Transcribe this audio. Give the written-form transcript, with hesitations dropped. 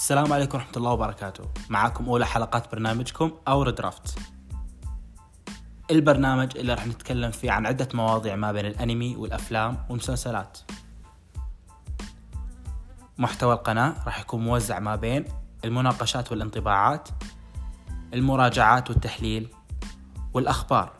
السلام عليكم ورحمة الله وبركاته. معكم أولى حلقات برنامجكم اور درافت، البرنامج اللي راح نتكلم فيه عن عدة مواضيع ما بين الأنمي والأفلام والمسلسلات. محتوى القناة راح يكون موزع ما بين المناقشات والانطباعات، المراجعات والتحليل، والأخبار.